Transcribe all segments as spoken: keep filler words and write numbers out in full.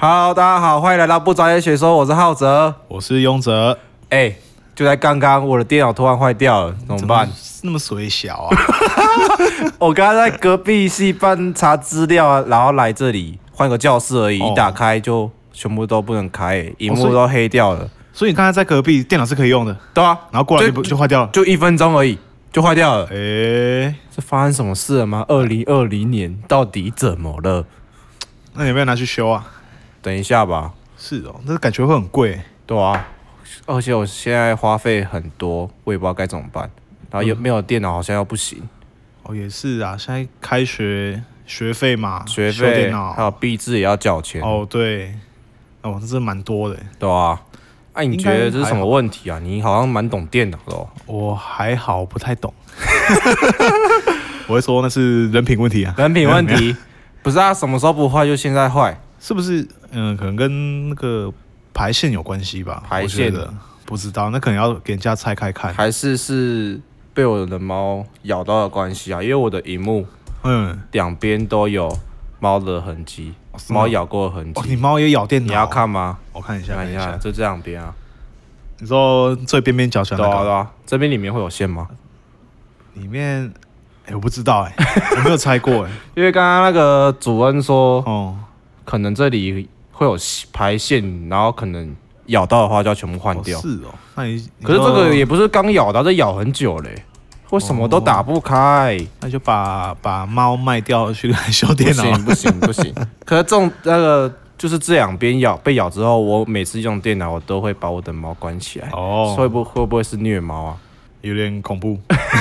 Hello， 大家好，欢迎来到不专业学说，我是浩哲， 我是雍哲。 哎、欸，就在刚刚，我的电脑突然坏掉了，怎么办？ 怎么那么水小啊！ 我刚刚在隔壁系办查资料，然后来这里换个教室而已，哦、一打开就全部都不能开，荧幕都黑掉了。哦、 所以你刚才在隔壁电脑是可以用的， 对啊， 然后过来就就坏掉了， 就一分钟而已。就坏掉了，哎、 欸， 这发生什么事了吗？二零二零年到底怎么了？ 那你有没有拿去修啊？ 等一下吧。 是哦，那感觉会很贵。 对啊，而且我现在花费很多，我也不知道该怎么办。然后有没有电脑好像又不行。 哦，也是啊，现在开学学费嘛， 学费还有币制也要缴钱。 哦，对，哦，这真的蛮多的。 对啊。哎、啊，你觉得这是什么问题啊？你好像蛮懂电脑的哦。 我还好，不太懂。我会说那是人品问题啊。 人品问题，不是啊？什么时候不坏就现在坏， 是不是？嗯，可能跟那个排线有关系吧。 排线的不知道，那可能要给人家拆开看。 还是是被我的猫咬到的关系啊？因为我的萤幕，嗯，两边都有猫的痕迹。猫咬过的痕迹、 哦，你猫也咬电脑？ 你要看吗？ 我看一下， 看一下，就这两边啊。 你说最边边角角那个？ 对啊，对啊。这边里面会有线吗？ 里面，哎、欸，我不知道哎、欸，我没有拆过哎、欸。 因为刚刚那个主任说，哦，可能这里会有排线，然后可能咬到的话就要全部换掉。 哦是哦，那你可是这个也不是刚咬的，这咬很久嘞、欸。为什么都打不开？ 哦、那就把把猫卖掉去来修电脑。 不行不行不行！可是这种那个就是这两边咬被咬之后，我每次用电脑我都会把我的猫关起来。哦，会不会不会是虐猫啊？ 有点恐怖。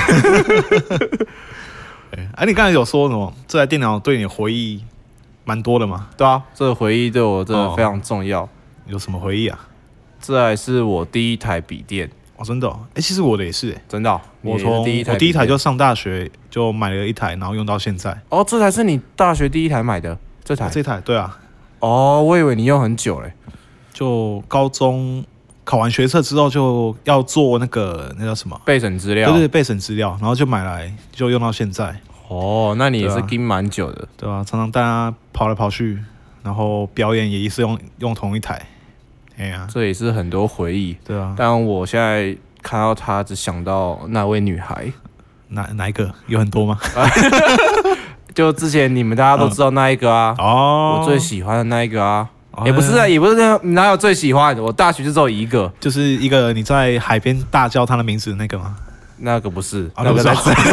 哎、啊，你刚才有说什么？这台电脑对你的回忆蛮多的嘛？ 对啊，这个回忆对我真的非常重要。哦、 有什么回忆啊？ 这还是我第一台笔电。 哦，真的、哦，哎、欸，其实我的也是、欸， 真的、哦。 我从第一台，我第一台就上大学就买了一台，然后用到现在。 哦，这台是你大学第一台买的？这台？ 哦、这台，对啊。 哦，我以为你用很久嘞。 就高中考完学测之后，就要做那个那叫什么备审资料？ 对对，备审资料，然后就买来就用到现在。 哦，那你也是盯蛮久的， 对啊，常常大家跑来跑去，然后表演也是用用同一台。哎呀， 这也是很多回忆， 对啊。 但我现在看到他，只想到那位女孩， 哪哪一个？有很多吗？ 就之前你们大家都知道那一个啊，嗯、哦，我最喜欢的那一个啊，哦、也不是啊，也不是那哪有最喜欢，我大学就只有一个， 就是一个你在海边大叫他的名字的那个吗？ 那个不是， 哦、那个在。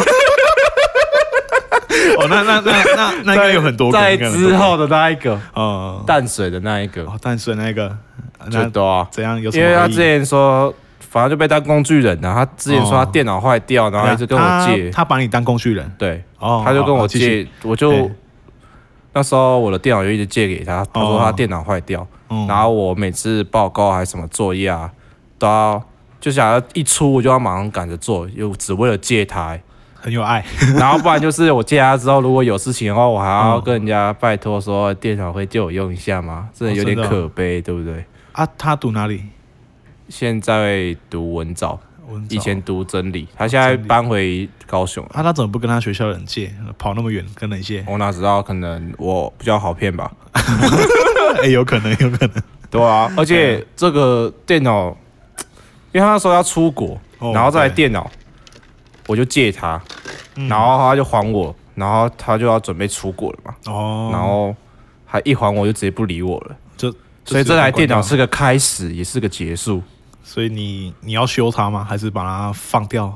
哦，那那那那那应该有很多个， 在之后的那一个， 哦、 嗯，淡水的那一个， 哦，淡水那一个。 最多啊， 怎样？有什么？ 因为他之前说，反正就被当工具人啊。他之前说他电脑坏掉，然后一直跟我借。 他, 他把你当工具人？ 对，哦，他就跟我借，我就那时候我的电脑就一直借给他。他说他电脑坏掉，哦、然后我每次报告还是什么作业啊，都要就想要一出我就要马上赶着做，又只为了借他、欸。 很有爱， 然后不然就是我借他之后，如果有事情的话，我还要跟人家拜托说电脑会借我用一下吗？真的有点可悲，哦、对不对？ 啊，他读哪里？ 现在读文藻，以前读真理，他现在搬回高雄了。 啊，他怎么不跟他学校人借？跑那么远跟人借？ 我哪知道？可能我比较好骗吧。 哎、欸，有可能，有可能。 对啊，而且这个电脑，因为他那时候要出国，哦、然后这台电脑我就借他，嗯、然后他就还我，然后他就要准备出国了嘛。哦。然后还一还我就直接不理我了，就。所以这台电脑是个开始，也是个结束。所以你你要修它吗？还是把它放掉？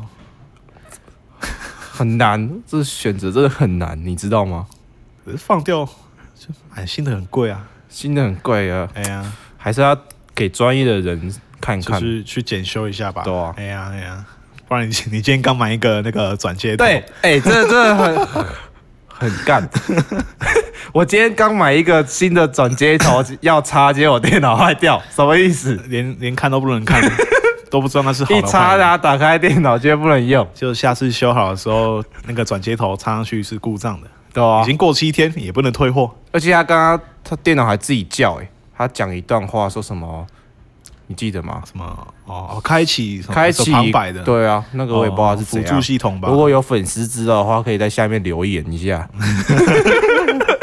很难，这选择真的很难，你知道吗？ 可是放掉，就买新的很贵啊， 新的很贵啊。哎呀，还是要给专业的人看看， 就是去检修一下吧。 对啊， 哎呀哎呀，不然你你今天刚买一个那个转接头， 对，哎、欸，这真的很很干。我今天刚买一个新的转接头要插，结果我电脑坏掉，什么意思？ 连连看都不能看，都不知道那是好的坏的。 一插它打开电脑就不能用， 就下次修好的时候，那个转接头插上去是故障的， 对啊， 已经过七天也不能退货。 而且他刚刚他电脑还自己叫、欸，哎，他讲一段话说什么？你记得吗？ 什么哦？开启开启旁白的， 对啊，那个我也不知道是怎样、 哦、辅助系统吧。 如果有粉丝知道的话，可以在下面留言一下。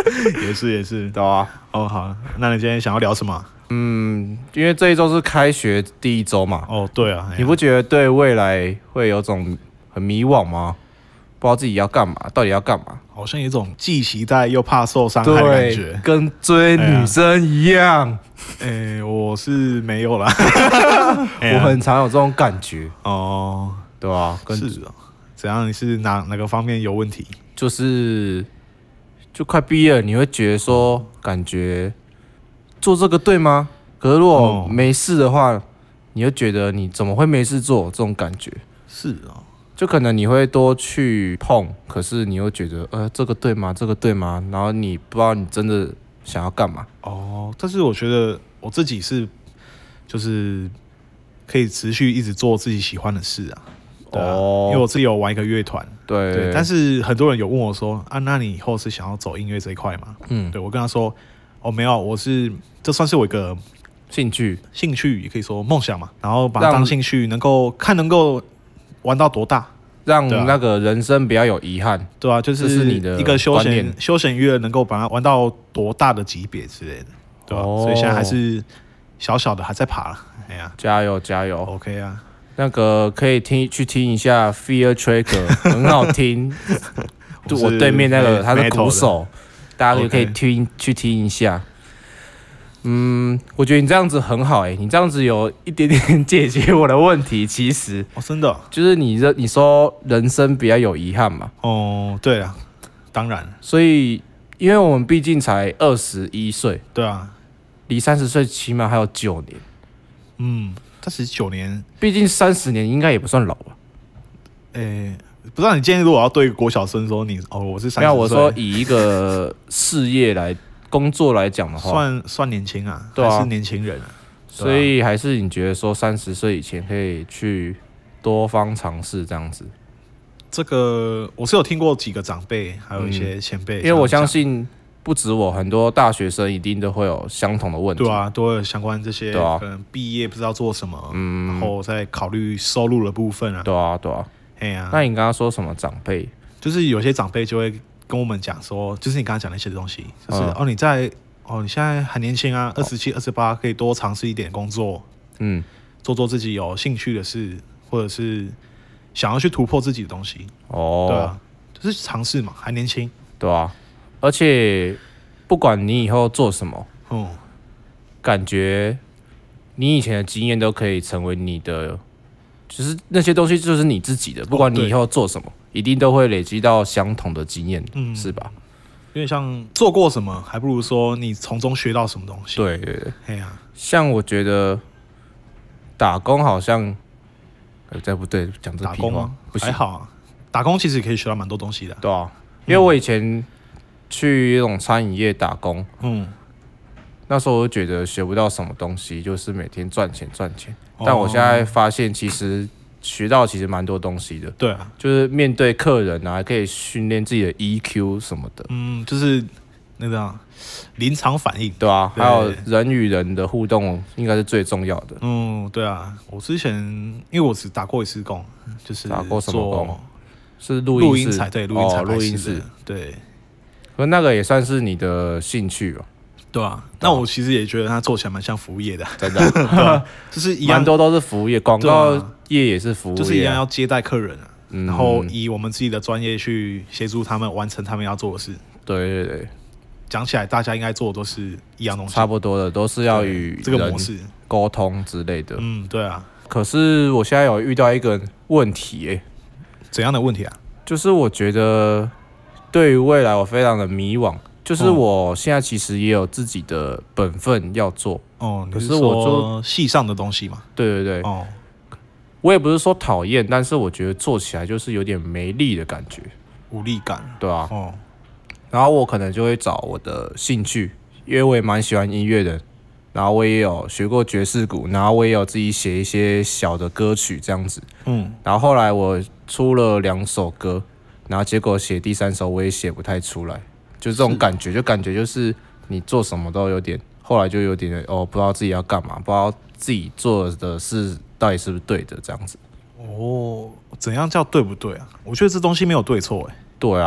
也是也是， 对啊。 哦，好，那你今天想要聊什么？ 嗯，因为这一周是开学第一周嘛。 哦，对啊， 你不觉得对未来会有种很迷惘吗？不知道自己要干嘛，到底要干嘛？ 好像有一种既期待又怕受伤害的感觉， 跟追女生一样。 诶、欸，我是没有啦。 我很常有这种感觉。 哦， 对啊，跟是哦。怎样？你是哪哪个方面有问题？ 就是就快毕业了，你会觉得说，感觉做这个对吗？可是如果没事的话，你会觉得你怎么会没事做？这种感觉是哦。 就可能你会多去碰，可是你又觉得，呃，这个对吗？这个对吗？然后你不知道你真的想要干嘛。 哦，但是我觉得我自己是，就是可以持续一直做自己喜欢的事啊。对啊，哦，因为我自己有玩一个乐团， 对， 对。但是很多人有问我说，啊，那你以后是想要走音乐这一块吗？嗯，对我跟他说，哦，没有，我是这算是我一个兴趣， 兴趣也可以说梦想嘛。然后把它当兴趣，能够看能够玩到多大， 让那个人生不要有遗憾， 对啊，就是你的一个休闲休闲娱乐，能够把它玩到多大的级别之类的，对吧？哦，所以现在还是小小的还在爬，哎呀， 加油加油 ，OK 啊。 那个可以听去听一下 Fear Tracker， 很好听。就我对面那个他是鼓手，大家可以听去听一下。嗯，我觉得你这样子很好哎，欸，你这样子有一点点解决我的问题。其实哦，真的，哦， 就是你你说人生比较有遗憾嘛。 哦，对啊，当然。 所以，因为我们毕竟才二十一岁， 对啊， 离三十岁起码还有九年。 嗯，但是九年， 毕竟三十年应该也不算老吧？ 诶，欸，不知道你今天如果要对国小生说你哦，我是三十岁， 没有，我说以一个事业来。工作来讲的话， 算算年轻啊， 对啊， 还是年轻人啊， 所以还是你觉得说三十岁以前可以去多方尝试这样子。 这个我是有听过几个长辈，还有一些前辈， 嗯，因为我相信不止我，很多大学生一定都会有相同的问题。 对啊，都会有相关这些，啊，可能毕业不知道做什么，嗯，然后再考虑收入的部分啊。 对啊，对啊， 哎呀，啊， 那你刚刚说什么长辈？ 就是有些长辈就会跟我们讲说，就是你刚刚讲那些东西，就是，嗯，哦，你在哦，你现在还年轻啊，二十七、二十八，可以多尝试一点工作，嗯，做做自己有兴趣的事，或者是想要去突破自己的东西。哦，对啊，就是尝试嘛，还年轻， 对啊，而且不管你以后做什么，嗯，感觉你以前的经验都可以成为你的，就是那些东西就是你自己的，不管你以后做什么。哦，一定都会累积到相同的经验，嗯，是吧？ 有点像做过什么，还不如说你从中学到什么东西。 对对对， 哎呀， 像我觉得打工好像，呃，这不对，讲这屁话不行。 还好啊，打工其实也可以学到蛮多东西的。 对啊，因为我以前去那种餐饮业打工，嗯，那时候我就觉得学不到什么东西，就是每天赚钱赚钱。哦，但我现在发现，其实学到其实蛮多东西的。 对啊， 就是面对客人啊，还可以训练自己的 E Q 什么的。 嗯，就是那个临场反应， 对啊，还有人与人的互动，应该是最重要的。 嗯，对啊，我之前因为我只打过一次工，就是打过什么工？是录音室， 采对，录音采录音室， 对。 可那个也算是你的兴趣吧？ 对啊，那我其实也觉得它做起来蛮像服务业的， 真的， 对，就是一样， 蛮多都是服务业，广告业也是服务业， 就是一样要接待客人啊，嗯，然后以我们自己的专业去协助他们完成他们要做的事。 对对对， 讲起来大家应该做的都是一样东西， 差不多的，都是要与这个模式沟通之类的。 嗯，对啊。 可是我现在有遇到一个问题，欸， 怎样的问题啊？ 就是我觉得对于未来我非常的迷惘。就是我现在其实也有自己的本分要做哦，可是我做系上的东西嘛。 对对对，哦，我也不是说讨厌，但是我觉得做起来就是有点没力的感觉， 无力感， 对啊。哦，然后我可能就会找我的兴趣，因为我也蛮喜欢音乐的，然后我也有学过爵士鼓，然后我也有自己写一些小的歌曲这样子。嗯，然后后来我出了两首歌，然后结果写第三首我也写不太出来。就这种感觉，就感觉就是你做什么都有点，后来就有点哦，不知道自己要干嘛，不知道自己做的事到底是不是对的这样子。 哦，怎样叫对不对啊？我觉得这东西没有对错哎。 对啊，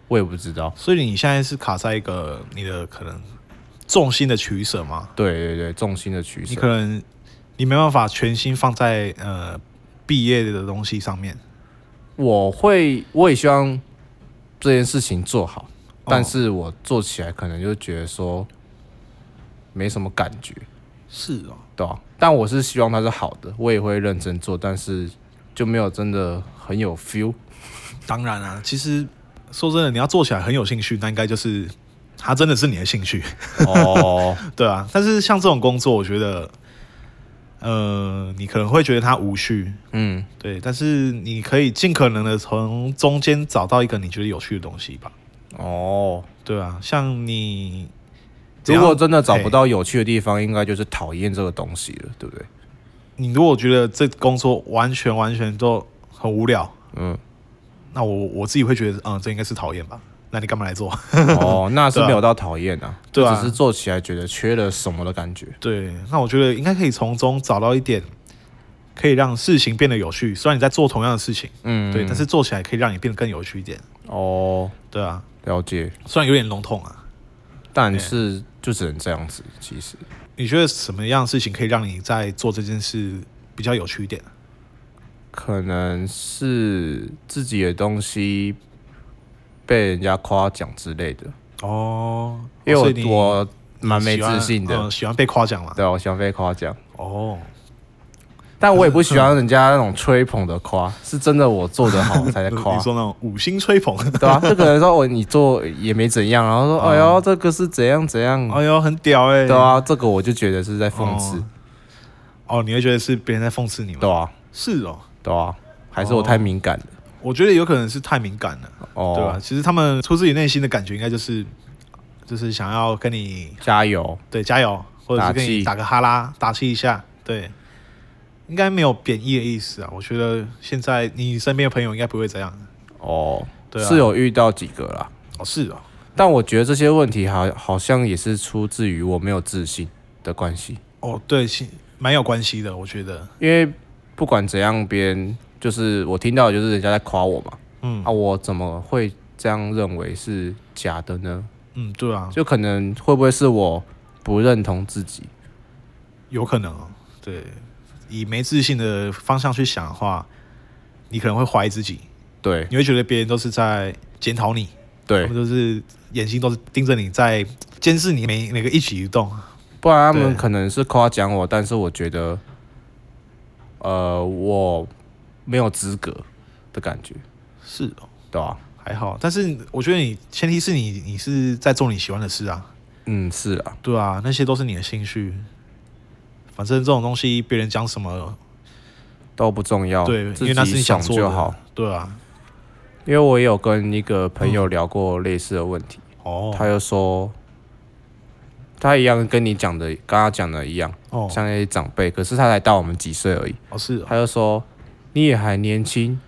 我也不知道。 所以你现在是卡在一个你的可能重心的取舍吗？ 对对对，重心的取舍。 你可能你没办法全心放在呃毕业的东西上面。 我会，我也希望这件事情做好，哦、但是我做起来可能就觉得说没什么感觉。 是哦， 对啊。但我是希望它是好的，我也会认真做，但是就没有真的很有 feel。 当然啊，其实说真的，你要做起来很有兴趣，那应该就是它真的是你的兴趣。哦，对啊。但是像这种工作，我觉得，呃，你可能会觉得它无趣，嗯，对。但是你可以尽可能的从中间找到一个你觉得有趣的东西吧。哦，对啊，像你。 如果真的找不到有趣的地方，应该就是讨厌这个东西了，对不对？ 你如果觉得这工作完全完全都很无聊，嗯，那我我自己会觉得，嗯，这应该是讨厌吧？那你干嘛来做？ 哦，那是没有到讨厌啊，对啊，只是做起来觉得缺了什么的感觉。 对，那我觉得应该可以从中找到一点可以让事情变得有趣。虽然你在做同样的事情，嗯，对，但是做起来可以让你变得更有趣一点。哦，对啊， 了解。 虽然有点笼统啊。 但是就只能这样子。其实， 你觉得什么样的事情可以让你在做这件事比较有趣一点？ 可能是自己的东西被人家夸奖之类的。哦，因为我我蛮没自信的， 喜 欢,、嗯、喜欢被夸奖嘛。 对，我喜欢被夸奖。哦。但我也不喜欢人家那种吹捧的夸，是真的我做得好才在夸。 你说那种五星吹捧， 对啊，这个人说我你做也没怎样，然后说、嗯、哎呦这个是怎样怎样， 哎呦很屌哎、欸， 对啊，这个我就觉得是在讽刺。 哦, 哦，你会觉得是别人在讽刺你吗？ 对啊， 是哦， 对啊，还是我太敏感了？哦、 我觉得有可能是太敏感了，哦，对吧、啊？其实他们出自己内心的感觉，应该就是就是想要跟你加油， 对，加油，或者是跟你打个哈拉，打气一下，对。应该没有贬义的意思啊，我觉得现在你身边的朋友应该不会这样。 哦，对、啊，是有遇到几个啦。 哦，是哦。 但我觉得这些问题好好像也是出自于我没有自信的关系。 哦，对，蛮有关系的，我觉得。 因为不管怎样，别人就是我听到的就是人家在夸我嘛，嗯，啊，我怎么会这样认为是假的呢？ 嗯，对啊， 就可能会不会是我不认同自己？ 有可能哦，对。以没自信的方向去想的话，你可能会怀疑自己， 对， 你会觉得别人都是在检讨你， 对， 他们都是眼睛都是盯着你，在监视你每每个一举一动。 不然他们可能是夸奖我，但是我觉得，呃，我没有资格的感觉。 是哦， 对啊， 还好，但是我觉得你前提是你你是在做你喜欢的事啊。 嗯，是啊， 对啊，那些都是你的兴趣。反正这种东西，别人讲什么都不重要， 对，因为那是你想做的就好。 对啊， 因为我也有跟一个朋友聊过类似的问题，哦、嗯，他就说，他一样跟你讲的，刚刚讲的一样，哦，像那些长辈，可是他才大我们几岁而已， 哦是哦， 他就说你也还年轻，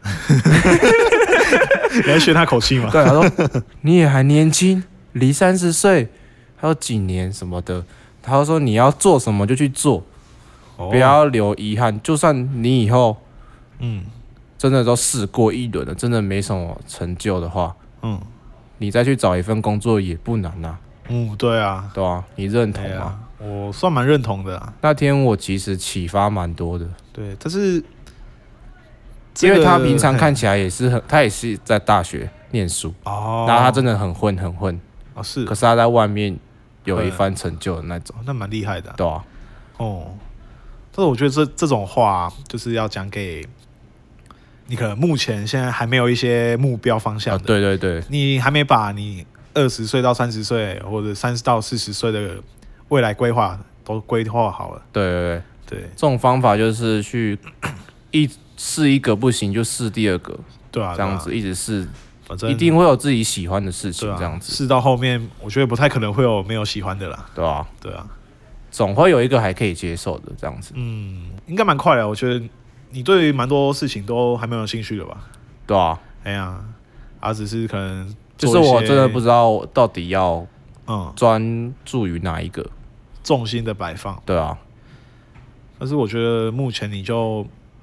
你在学他口气吗？ 对，他说你也还年轻，离三十岁还有几年什么的。他说：“你要做什么就去做，哦、不要留遗憾。就算你以后，嗯，真的都试过一轮了，真的没什么成就的话，嗯，你再去找一份工作也不难呐、啊。 嗯，对啊， 对啊，你认同吗？ 啊、我算蛮认同的、啊。 那天我其实启发蛮多的。 对，但是、 這個、因為他平常看起來也是很，他也是在大學念書，哦，然後他真的很混很混， 哦是， 可是他在外面。”有一番成就的那种， 那蛮厉害的、啊。 对啊， 哦，但是我觉得这这种话、啊、就是要讲给你，可能目前现在还没有一些目标方向的、 啊。对对对， 你还没把你二十岁到三十岁，或者三十到四十岁的未来规划都规划好了。 对对对对， 这种方法就是去一试一个不行就试第二个， 对啊， 这样子一直试。一定会有自己喜欢的事情，这样子。 试、啊、到后面，我觉得不太可能会有没有喜欢的啦。 对啊， 对啊， 总会有一个还可以接受的这样子。 嗯，应该蛮快的。我觉得你对于蛮多事情都还蛮有兴趣的吧？ 对啊， 哎呀，啊，只是可能就是我真的不知道到底要嗯专注于哪一个、 嗯、重心的摆放。 对啊， 但是我觉得目前你就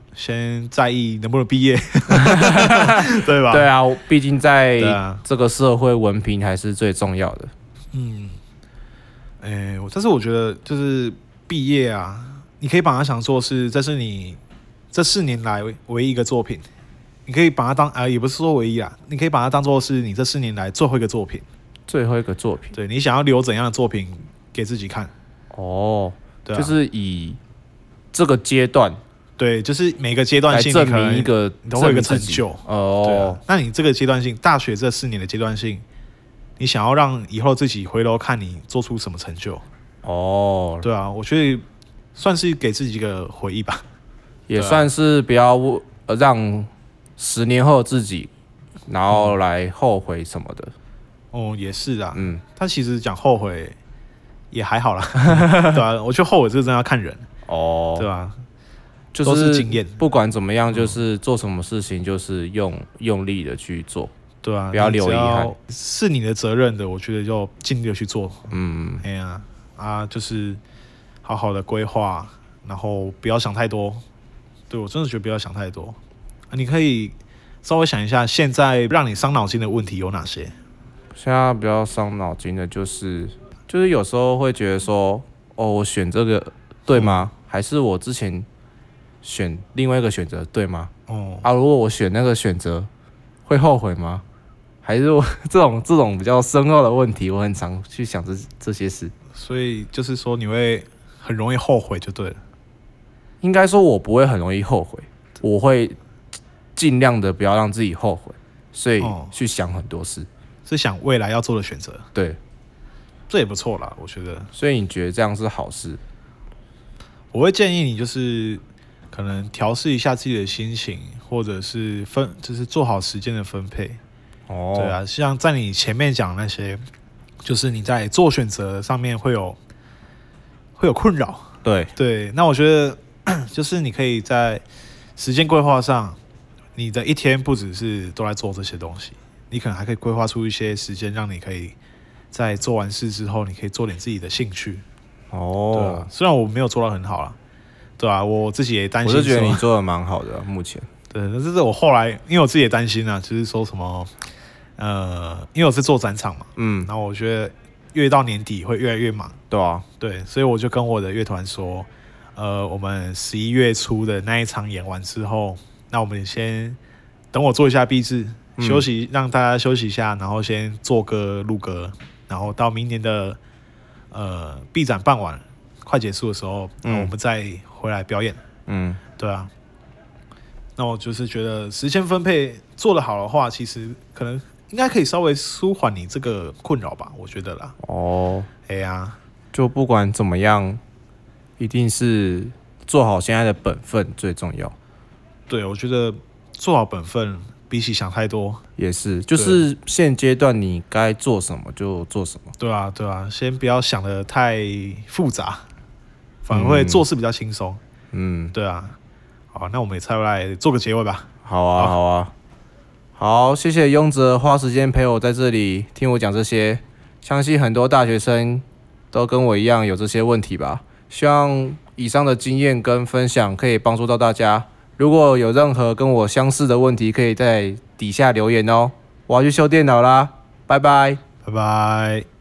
先在意能不能毕业，对吧？ 对啊，毕竟在这个社会，文凭还是最重要的。 嗯，哎、欸，但是我觉得就是毕业啊，你可以把它想做是，这是你这四年来唯一一个作品，你可以把它当啊、呃，也不是说唯一啊，你可以把它当做是你这四年来最后一个作品， 最后一个作品。 对，你想要留怎样的作品给自己看？ 哦，对、啊，就是以这个阶段。 对，就是每个阶段性证明一个你都会有一个成就哦。 对啊，那你这个阶段性，大学这四年的阶段性，你想要让以后自己回头看你做出什么成就？哦，对啊，我觉得算是给自己一个回忆吧， 也算是不要让十年后自己，然后来后悔什么的。 哦，也是啊，嗯，他其实讲后悔也还好啦，对啊，我觉得后悔这个真的要看人哦，对吧、啊？ 就是经验， 不管怎么样，就是做什么事情，就是用用力的去做， 对啊， 不要留遗憾。 是你的责任的，我觉得就尽力的去做。嗯，哎呀啊，就是好好的规划，然后不要想太多。对我真的觉得不要想太多。啊、你可以稍微想一下，现在让你伤脑筋的问题有哪些？ 现在比较伤脑筋的就是，就是有时候会觉得说，哦，我选这个对吗？嗯、还是我之前选另外一个选择对吗？哦，啊，如果我选那个选择，会后悔吗？还是我这种这种比较深奥的问题，我很常去想这这些事。 所以就是说，你会很容易后悔就对了。 应该说，我不会很容易后悔，我会尽量的不要让自己后悔，所以去想很多事，哦、 是想未来要做的选择。 对， 这也不错啦，我觉得。 所以你觉得这样是好事？ 我会建议你就是可能调试一下自己的心情，或者是分，就是做好时间的分配。哦，对啊，像在你前面讲那些，就是你在做选择上面会有会有困扰。 对对，那我觉得就是你可以在时间规划上，你的一天不只是都在做这些东西，你可能还可以规划出一些时间，让你可以在做完事之后，你可以做点自己的兴趣。哦，对啊，虽然我没有做到很好啦，对啊，我自己也担心。 我就觉得你做的蛮好的、啊，目前。 对，但是我后来，因为我自己也担心啊，就是说什么，呃，因为我是做展场嘛，嗯，然后我觉得越到年底会越来越忙， 对啊， 对，所以我就跟我的乐团说，呃，我们十一月初的那一场演完之后，那我们先等我做一下毕制，休息，嗯、让大家休息一下，然后先做歌录歌，然后到明年的。呃，毕展办完快结束的时候，嗯、我们再回来表演。嗯，对啊。那我就是觉得时间分配做得好的话，其实可能应该可以稍微舒缓你这个困扰吧，我觉得啦。哦，哎呀、啊， 就不管怎么样，一定是做好现在的本分最重要。 对，我觉得做好本分。比起想太多也是，就是现阶段你该做什么就做什么。 对啊，对啊，先不要想得太复杂，反而会做事比较轻松。嗯，对啊。好，那我们也再来做个结尾吧。 好啊，好, 好啊，好，谢谢庸哲花时间陪我在这里听我讲这些，相信很多大学生都跟我一样有这些问题吧。希望以上的经验跟分享可以帮助到大家。如果有任何跟我相似的问题，可以在底下留言哦。我要去修电脑啦，拜拜， 拜拜。